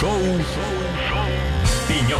Пенек.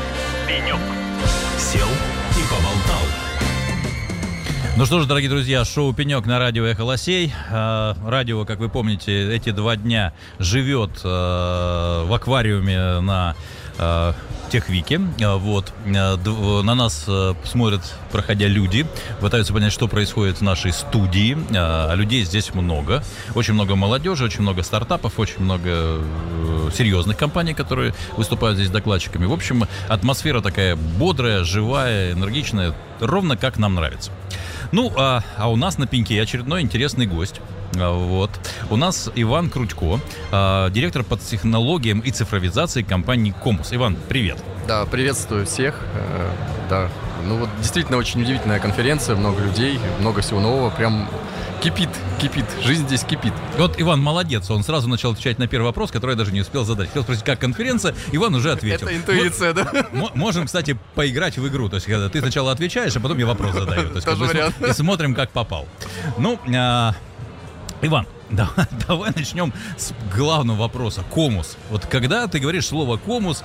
Сел и поболтал. Ну что ж, дорогие друзья, шоу «Пенек» на радио «Эхо Лосей». Радио, как вы помните, эти 2 дня живет в аквариуме на Техвике. Вот. На нас смотрят, проходя, люди, пытаются понять, что происходит в нашей студии. Людей здесь много. Очень много молодежи, очень много стартапов, очень много серьезных компаний, которые выступают здесь докладчиками. В общем, атмосфера такая бодрая, живая, энергичная, ровно как нам нравится. Ну, а у нас на пеньке очередной интересный гость. Вот. У нас Иван Крутько, директор по технологиям и цифровизации компании Комус. Иван, привет. Да, приветствую всех. Да, ну вот действительно очень удивительная конференция, много людей, много всего нового, прям кипит, жизнь здесь кипит. Вот Иван молодец, он сразу начал отвечать на первый вопрос, который я даже не успел задать. Хотел спросить, как конференция, Иван уже ответил. Это интуиция, да? Можем, кстати, поиграть в игру, то есть когда ты сначала отвечаешь, а потом я вопрос задаю. То есть, тоже вариант. И смотрим, как попал. Ну, Иван, давай начнем с главного вопроса. Комус. Вот когда ты говоришь слово комус,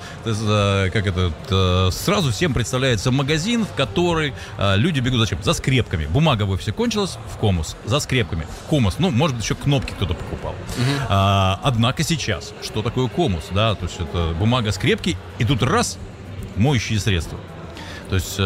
сразу всем представляется магазин, в который люди бегут зачем? За скрепками. Бумага в офисе кончилась, в комус. За скрепками. Комус. Ну, может быть, еще кнопки кто-то покупал. Однако сейчас, что такое комус? Да, то есть это бумага, скрепки, и тут раз, моющие средства. То есть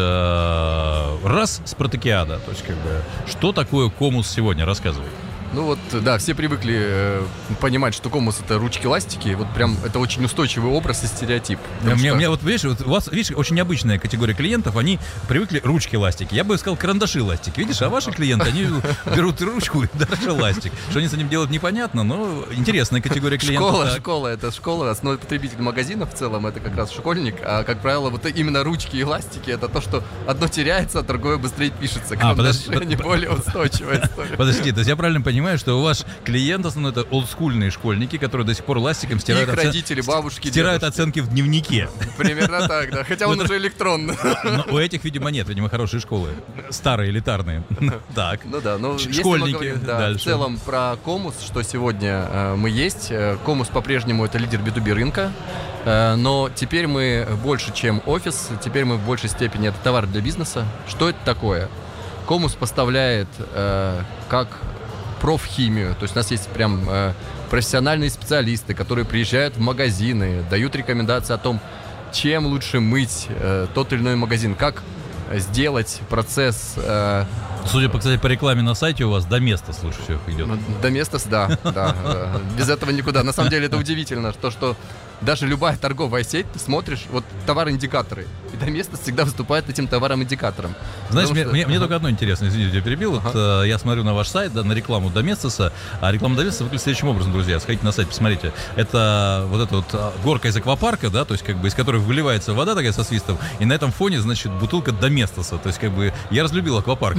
раз, спартакиада. То есть что такое комус сегодня? Рассказывай. Ну вот, да, все привыкли понимать, что комус — это ручки-ластики. Вот прям это очень устойчивый образ и стереотип. Мне вот, видишь, у вас, очень обычная категория клиентов, они привыкли ручки-ластики. Я бы сказал карандаши-ластики. Видишь, а ваши клиенты, они берут ручку и даже ластик. Что они с этим делают, непонятно, но интересная категория клиентов. Школа, это школа, основной потребитель магазина в целом, это как раз школьник. А, как правило, вот именно ручки и ластики — это то, что одно теряется, а другое быстрее пишется. Карандаши более устойчивая история. Подожди, то есть я правильно понимаю, что у вас клиент основной — это олдскульные школьники, которые до сих пор ластиком стирают, родители, бабушки, стирают оценки в дневнике. Примерно так, да. Хотя он уже электронный. Но у этих, видимо, нет. Видимо, хорошие школы. Старые, элитарные. Так. Ну да, ну школьники. В целом про Комус, что сегодня мы есть. Комус по-прежнему это лидер B2B рынка. Но теперь мы больше, чем офис. Теперь мы в большей степени это товар для бизнеса. Что это такое? Комус поставляет как профхимию, то есть у нас есть прям профессиональные специалисты, которые приезжают в магазины, дают рекомендации о том, чем лучше мыть тот или иной магазин, как сделать процесс. Судя, кстати, по рекламе на сайте у вас Доместос лучше всего идет. Доместос, да. Без этого никуда. На самом деле это удивительно, что даже любая торговая сеть, ты смотришь, вот товар-индикаторы, и Доместос всегда выступает этим товаром-индикатором. Знаешь, мне только одно интересно, извините, я перебил. Вот, я смотрю на ваш сайт, да, на рекламу Доместоса, а реклама Доместоса выглядит следующим образом, друзья. Сходите на сайт, посмотрите. Это вот эта вот горка из аквапарка, да, то есть из которой выливается вода такая со свистом, и на этом фоне, значит, бутылка Доместоса. То есть я разлюбил аквапарк.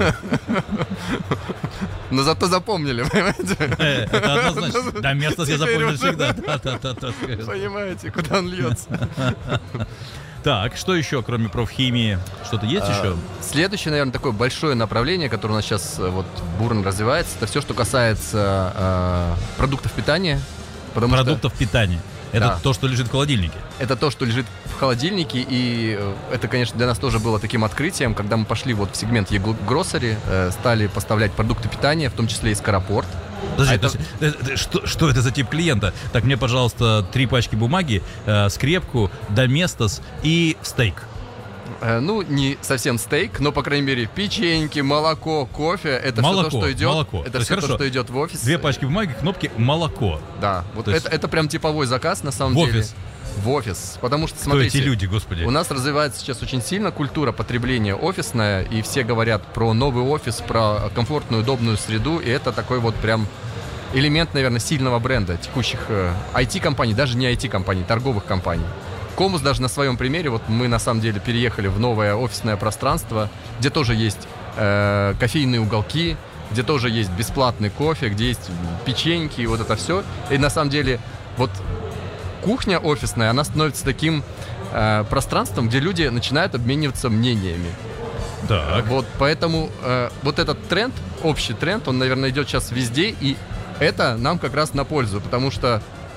Но зато запомнили, понимаете? Это однозначно. Доместос я запомнил всегда. Понимаете, куда он льется. Так, что еще, кроме профхимии? Что-то есть еще? Следующее, наверное, такое большое направление, которое у нас сейчас вот бурно развивается, это все, что касается продуктов питания. Продуктов питания. Это то, что лежит в холодильнике. Это то, что лежит в холодильнике, и это, конечно, для нас тоже было таким открытием, когда мы пошли вот в сегмент e-grocery, стали поставлять продукты питания, в том числе и Скоропорт. Подожди, что это за тип клиента? Так, мне, пожалуйста, 3 пачки бумаги, скрепку, Доместос и стейк. Ну, не совсем стейк, но, по крайней мере, печеньки, молоко, кофе. Это молоко, все то, что идет. Молоко. Это все то, что идет в офис. 2 пачки бумаги, кнопки, молоко. Да, вот это прям типовой заказ, на самом деле. Офис. В офис. Потому что, смотрите, кто эти люди, господи? У нас развивается сейчас очень сильно культура потребления офисная, и все говорят про новый офис, про комфортную, удобную среду, и это такой вот прям элемент, наверное, сильного бренда текущих IT-компаний, даже не IT-компаний, торговых компаний. Комус даже на своем примере, вот мы на самом деле переехали в новое офисное пространство, где тоже есть кофейные уголки, где тоже есть бесплатный кофе, где есть печеньки и вот это все. И на самом деле вот кухня офисная, она становится таким пространством, где люди начинают обмениваться мнениями. Так. Вот, поэтому вот этот тренд, общий тренд, он, наверное, идет сейчас везде, и это нам как раз на пользу, потому что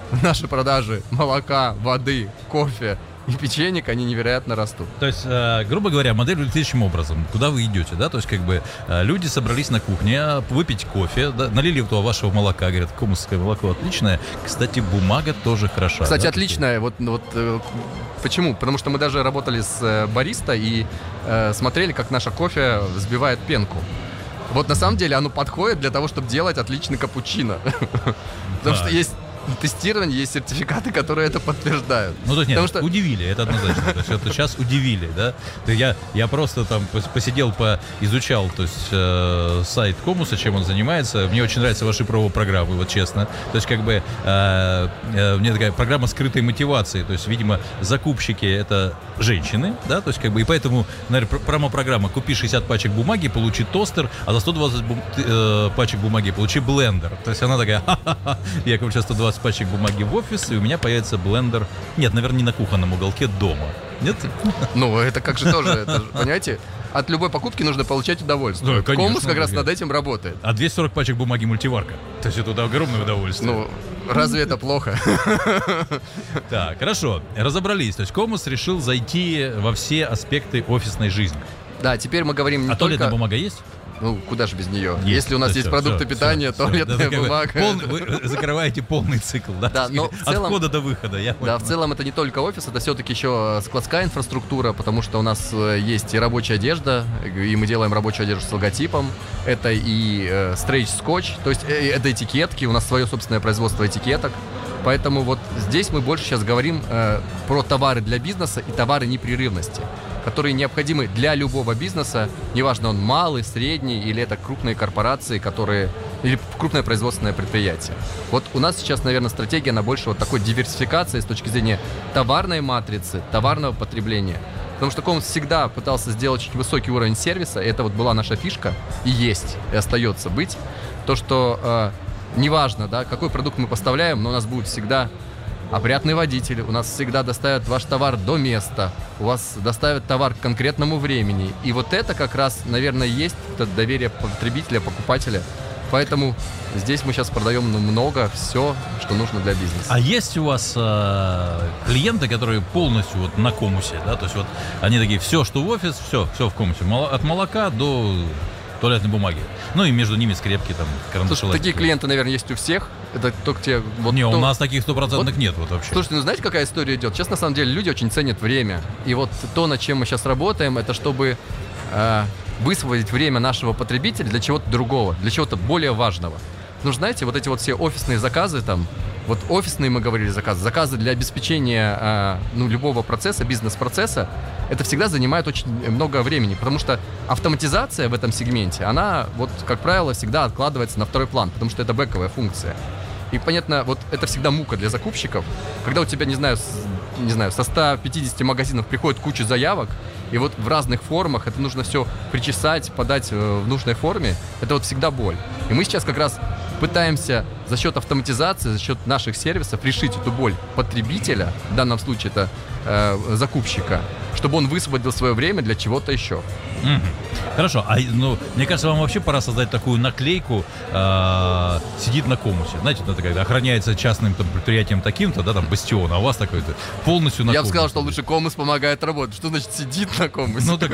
наши продажи молока, воды, кофе и печенек, они невероятно растут. То есть, грубо говоря, модель выглядит следующим образом. Куда вы идете, да? То есть, как бы, люди собрались на кухне выпить кофе, да? Налили этого вашего молока, говорят, коммусское молоко отличное. Кстати, бумага тоже хороша. Кстати, да? отличная. Почему? Потому что мы даже работали с бариста и смотрели, как наша кофе взбивает пенку. Вот на самом деле оно подходит для того, чтобы делать отличный капучино. Потому что есть тестирование, есть сертификаты, которые это подтверждают. Ну, то есть, нет, Потому что... удивили, это однозначно. То есть, это сейчас удивили, да? То есть я просто там посидел, изучал, то есть, сайт Комуса, чем он занимается. Мне очень нравятся ваши промо-программы, вот честно. То есть, как бы, мне такая программа скрытой мотивации. То есть, видимо, закупщики — это женщины, да? То есть, как бы, и поэтому, наверное, промо-программа: купи 60 пачек бумаги, получи тостер, а за 120 пачек бумаги получи блендер. То есть, она такая: ха-ха-ха, я куплю 120 пачек бумаги в офис, и у меня появится блендер. Нет, наверное, не на кухонном уголке дома. Нет? Ну, это как же тоже, понимаете? От любой покупки нужно получать удовольствие. Да, конечно, Комус как раз над этим работает. А 240 пачек бумаги мультиварка. То есть это огромное удовольствие. Ну, разве это плохо? Так, хорошо, разобрались. То есть Комус решил зайти во все аспекты офисной жизни. Да, теперь мы говорим не только... туалетная бумага есть? Ну, куда же без нее? Есть. Если у нас все, есть продукты питания, туалетная бумага. Вы закрываете полный цикл, да? Да, но в целом, от входа до выхода. Да, в целом это не только офис, это все-таки еще складская инфраструктура, потому что у нас есть и рабочая одежда, и мы делаем рабочую одежду с логотипом. Это и стрейч-скотч, то есть это этикетки, у нас свое собственное производство этикеток. Поэтому вот здесь мы больше сейчас говорим про товары для бизнеса и товары непрерывности, которые необходимы для любого бизнеса, неважно, он малый, средний, или это крупные корпорации, или крупное производственное предприятие. Вот у нас сейчас, наверное, стратегия на больше вот такой диверсификации с точки зрения товарной матрицы, товарного потребления. Потому что Комус всегда пытался сделать очень высокий уровень сервиса, и это вот была наша фишка, и есть, и остается быть. То, что неважно, да, какой продукт мы поставляем, но у нас будет всегда опрятный водитель, у нас всегда доставят ваш товар до места, у вас доставят товар к конкретному времени. И вот это как раз, наверное, есть это доверие потребителя, покупателя. Поэтому здесь мы сейчас продаем много, все, что нужно для бизнеса. А есть у вас клиенты, которые полностью вот на Комусе, да, то есть вот они такие: все, что в офис, все в Комусе, от молока до туалетной бумаги. Ну и между ними скрепки, там, карандаши. Слушай, такие клиенты, наверное, есть у всех. Это только те... Вот не, у нас таких стопроцентных нет вот вообще. Слушайте, ну знаете, какая история идет? Сейчас, на самом деле, люди очень ценят время. И вот то, над чем мы сейчас работаем, это чтобы высвободить время нашего потребителя для чего-то другого, для чего-то более важного. Ну, знаете, вот эти вот все офисные заказы там, вот офисные, мы говорили, заказы для обеспечения любого процесса, бизнес-процесса, это всегда занимает очень много времени, потому что автоматизация в этом сегменте, она, вот, как правило, всегда откладывается на второй план, потому что это бэковая функция. И, понятно, вот это всегда мука для закупщиков, когда у тебя, не знаю, со 150 магазинов приходит куча заявок, и вот в разных формах это нужно все причесать, подать в нужной форме, это вот всегда боль. И мы сейчас как раз пытаемся за счет автоматизации, за счет наших сервисов решить эту боль потребителя, в данном случае это закупщика, чтобы он высвободил свое время для чего-то еще. Хорошо, мне кажется, вам вообще пора создать такую наклейку «Сидит на Комусе». Знаете, это когда охраняется частным предприятием таким-то, да, там, Бастион, а у вас такой-то полностью на Комусе. Я бы сказал, что лучше Комус помогает работать. Что значит «сидит на Комусе»? Ну, так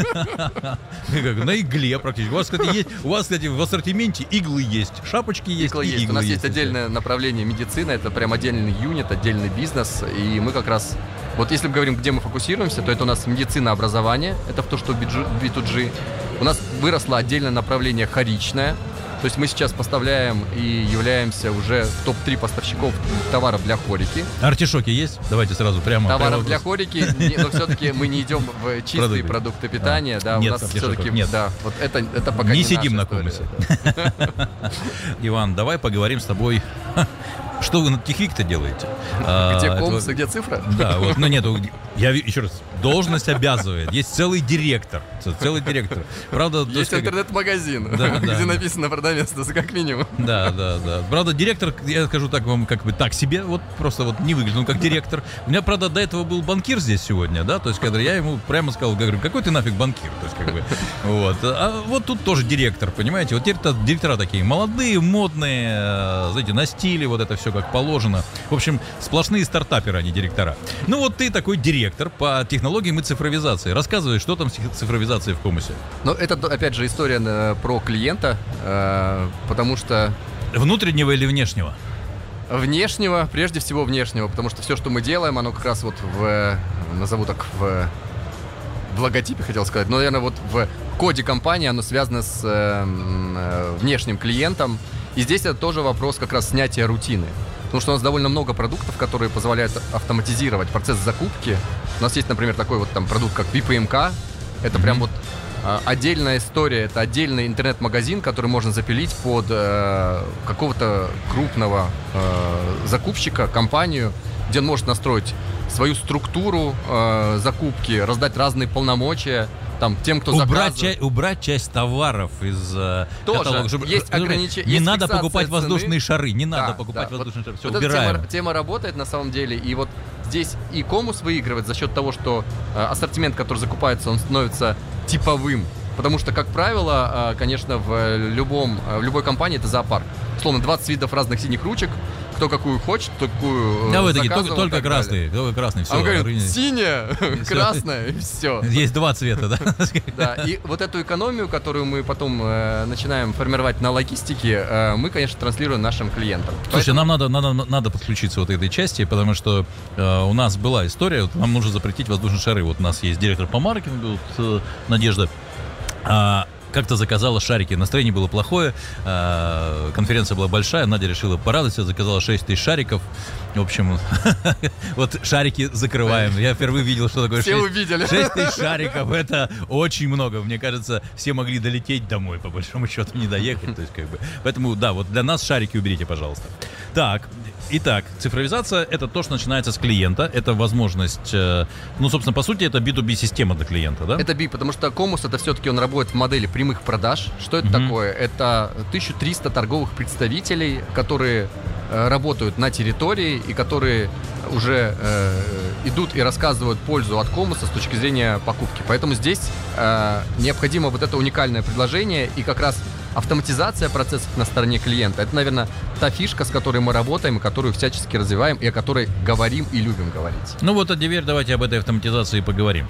как на игле практически. У вас, кстати, в ассортименте иглы есть, шапочки есть, иглы есть. У нас есть отдельное направление медицина, это прям отдельный юнит, отдельный бизнес, и мы как раз... Вот если мы говорим, где мы фокусируемся, то это у нас медицина, образование, это то, что B2G. У нас выросло отдельное направление хоричное, то есть мы сейчас поставляем и являемся уже в топ-3 поставщиков товаров для хорики. Артишоки есть? Давайте сразу прямо. Товаров для хорики, но все-таки мы не идем в чистые продукты питания. Да, нет, у нас все-таки нет. Да, вот это пока не сидим на Комусе. Иван, давай поговорим с тобой. Что вы на Тихвик-то делаете? Где Комус и где цифра? Да, вот, ну нет, я еще раз, должность обязывает. Есть целый директор. Правда, есть интернет-магазин, где написано «продавец», как минимум. Да. Правда, директор, я скажу так вам, как бы так себе, вот просто вот не выглядел как директор. У меня, правда, до этого был банкир здесь сегодня, да, то есть, когда я ему прямо сказал, говорю, какой ты нафиг банкир, то есть, как бы, вот. А вот тут тоже директор, понимаете, вот директора такие молодые, модные, знаете, на стиле, вот это все. все как положено. В общем, сплошные стартаперы, а не директора. Ну вот ты такой директор по технологиям и цифровизации. Рассказывай, что там с цифровизацией в Комусе. Ну, это, опять же, история про клиента, потому что... Внутреннего или внешнего? Внешнего, прежде всего внешнего, потому что все, что мы делаем, оно как раз вот назову так, в логотипе, хотел сказать, но, наверное, вот в коде компании оно связано с внешним клиентом. И здесь это тоже вопрос как раз снятия рутины. Потому что у нас довольно много продуктов, которые позволяют автоматизировать процесс закупки. У нас есть, например, такой вот там продукт, как VPMK. Это прям вот отдельная история, это отдельный интернет-магазин, который можно запилить под какого-то крупного закупщика, компанию, где он может настроить свою структуру закупки, раздать разные полномочия там, тем, кто заказывает. Убрать часть товаров из каталога. Тоже есть ограничения. Не надо покупать воздушные шары, не надо покупать воздушные шары. Все, убираем. Эта тема работает на самом деле, и вот здесь и Комус выигрывает за счет того, что ассортимент, который закупается, он становится типовым. Потому что, как правило, конечно, в любой компании это зоопарк. Условно, 20 видов разных синих ручек, кто какую хочет, кто какую да, вы такие, только красные, все. А он говорит, синяя, красная, и все. Есть два цвета, да? Да, и вот эту экономию, которую мы потом начинаем формировать на логистике, мы, конечно, транслируем нашим клиентам. Слушай, нам надо подключиться вот к этой части, потому что у нас была история, вот, нам нужно запретить воздушные шары. Вот у нас есть директор по маркетингу, вот, Надежда. Как-то заказала шарики. Настроение было плохое, конференция была большая, Надя решила порадоваться, заказала 6 тысяч шариков. В общем, вот шарики закрываем. Я впервые видел, что такое 6 тысяч шариков. Это очень много. Мне кажется, все могли долететь домой, по большому счету, не доехать. То есть, как бы. Поэтому, да, вот для нас шарики уберите, пожалуйста. Так, итак, цифровизация — это то, что начинается с клиента. Это возможность, ну, собственно, по сути, это B2B-система для клиента, да? Это B, потому что Комус, это все-таки он работает в модели прямых продаж. Что это такое? Это 1300 торговых представителей, которые работают на территории и которые уже идут и рассказывают пользу от Комуса с точки зрения покупки. Поэтому здесь необходимо вот это уникальное предложение и как раз автоматизация процессов на стороне клиента. Это, наверное, та фишка, с которой мы работаем, и которую всячески развиваем, и о которой говорим и любим говорить. Ну вот, а теперь давайте об этой автоматизации поговорим.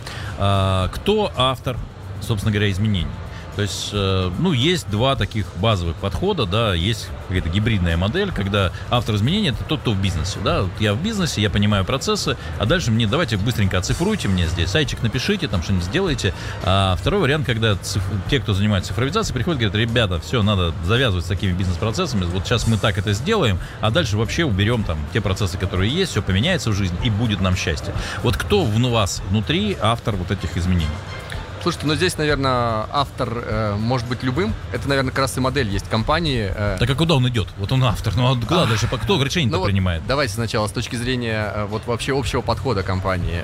Кто автор, собственно говоря, изменений? То есть, ну, есть два таких базовых подхода, да, есть какая-то гибридная модель, когда автор изменений — это тот, кто в бизнесе, да, вот я в бизнесе, я понимаю процессы, а дальше мне давайте быстренько оцифруйте мне здесь, сайтик напишите, там что-нибудь сделайте. А второй вариант, когда те, кто занимается цифровизацией, приходят и говорят: ребята, все, надо завязывать с такими бизнес-процессами, вот сейчас мы так это сделаем, а дальше вообще уберем там те процессы, которые есть, все поменяется в жизни и будет нам счастье. Вот кто у вас внутри автор вот этих изменений? Слушайте, ну здесь, наверное, автор может быть любым. Это, наверное, как раз и модель есть компании. Так а куда он идет? Вот он автор, ну куда дальше? Кто решение-то принимает? Давайте сначала с точки зрения вот вообще общего подхода компании.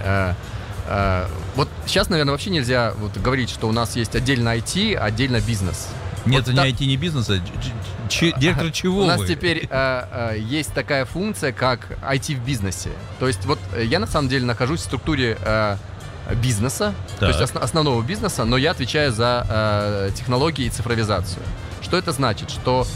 Вот сейчас, наверное, вообще нельзя вот говорить, что у нас есть отдельно IT, отдельно бизнес. Нет, вот это не IT, не бизнес, а директор чего у нас теперь есть такая функция, как IT в бизнесе. То есть вот я на самом деле нахожусь в структуре бизнеса, то есть основного бизнеса, но я отвечаю за технологии и цифровизацию. Что это значит? Что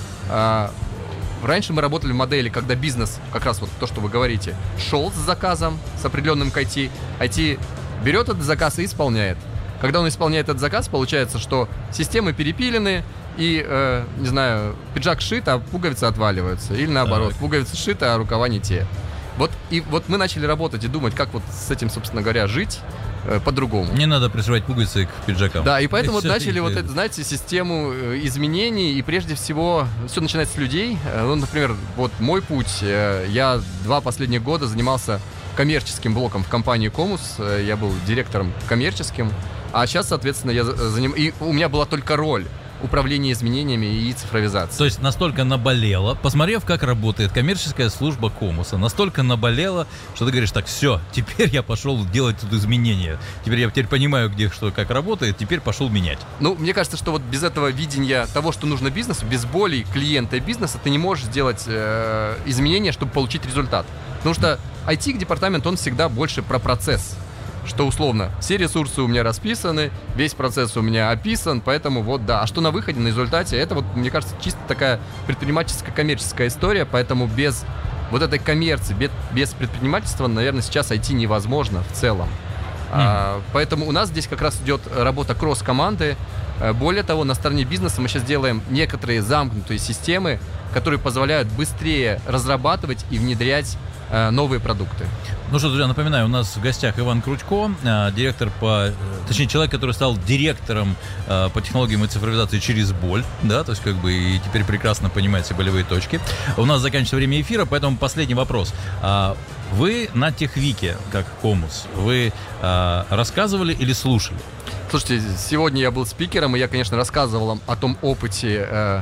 раньше мы работали в модели, когда бизнес, как раз вот то, что вы говорите, шел с заказом, с определенным к IT. IT берет этот заказ и исполняет. Когда он исполняет этот заказ, получается, что системы перепилены, и, не знаю, пиджак сшит, а пуговицы отваливаются. Или наоборот, пуговицы сшиты, а рукава не те. Вот мы начали работать и думать, как вот с этим, собственно говоря, жить по-другому. Не надо пришивать пуговицы к пиджакам. Да, и поэтому вот начали вот эту, знаете, систему изменений, и прежде всего все начинается с людей. Ну, например, вот мой путь, я 2 последних года занимался коммерческим блоком в компании Комус, я был директором коммерческим, а сейчас, соответственно, и у меня была только роль управления изменениями и цифровизацией. То есть настолько наболело, посмотрев, как работает коммерческая служба Комуса, настолько наболело, что ты говоришь: так, все, теперь я пошел делать тут изменения. Теперь я понимаю, где что, как работает, теперь пошел менять. Ну, мне кажется, что вот без этого видения того, что нужно бизнесу, без боли клиента и бизнеса, ты не можешь сделать изменения, чтобы получить результат. Потому что IT-департамент, он всегда больше про процесс. Что условно, все ресурсы у меня расписаны, весь процесс у меня описан, поэтому вот да. А что на выходе, на результате, это вот, мне кажется, чисто такая предпринимательская, коммерческая история, поэтому без вот этой коммерции, без предпринимательства, наверное, сейчас IT невозможно в целом. Поэтому у нас здесь как раз идет работа кросс-команды. Более того, на стороне бизнеса мы сейчас делаем некоторые замкнутые системы, которые позволяют быстрее разрабатывать и внедрять новые продукты. Ну что, друзья, напоминаю, у нас в гостях Иван Крутько, человек, который стал директором по технологиям и цифровизации через боль, да, то есть как бы и теперь прекрасно понимает все болевые точки. У нас заканчивается время эфира, поэтому последний вопрос. Вы на Техвике, как Комус, вы рассказывали или слушали? Слушайте, сегодня я был спикером, и я, конечно, рассказывал вам о том опыте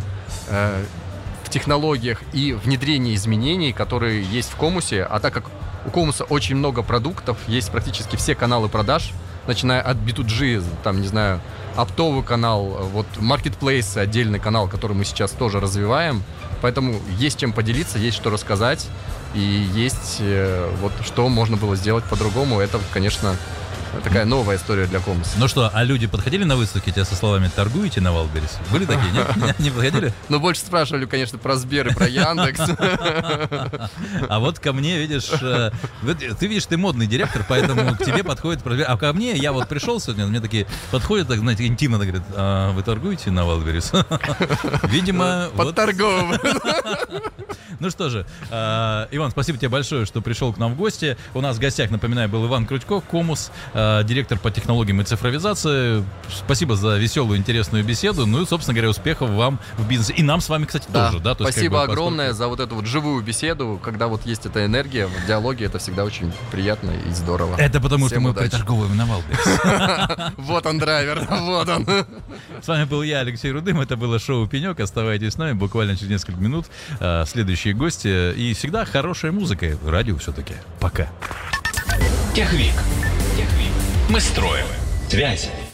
в технологиях и внедрении изменений, которые есть в Комусе. А так как у Комуса очень много продуктов, есть практически все каналы продаж, начиная от B2G, там, не знаю, оптовый канал, вот Marketplace, отдельный канал, который мы сейчас тоже развиваем. Поэтому есть чем поделиться, есть что рассказать, и есть вот что можно было сделать по-другому. Это, конечно, такая новая история для Комуса. Ну что, а люди подходили на выставке тебя со словами «торгуете на Wildberries»? Были такие, нет? Не подходили? Ну, больше спрашивали, конечно, про Сбер и про Яндекс. А вот ко мне, видишь, ты видишь, ты модный директор, поэтому к тебе подходит... А ко мне, я вот пришел сегодня, мне такие подходят, так, знаете, интимно говорят: вы торгуете на Wildberries? Видимо... Подторговывают. Ну что же, Иван, спасибо тебе большое, что пришел к нам в гости. У нас в гостях, напоминаю, был Иван Крутько, Комус, директор по технологиям и цифровизации. Спасибо за веселую, интересную беседу. Ну и, собственно говоря, успехов вам в бизнесе. И нам с вами, кстати, тоже. Да? То есть, спасибо огромное за вот эту вот живую беседу. Когда вот есть эта энергия в диалоге, это всегда очень приятно и здорово. Это потому, что мы приторговываем на Wildberries. Вот он, драйвер, вот он. С вами был я, Алексей Рудым. Это было шоу «Пенек». Оставайтесь с нами буквально через несколько минут. Следующие гости. И всегда хорошая музыка. Радио все-таки. Пока. Техвик. Мы строим связи.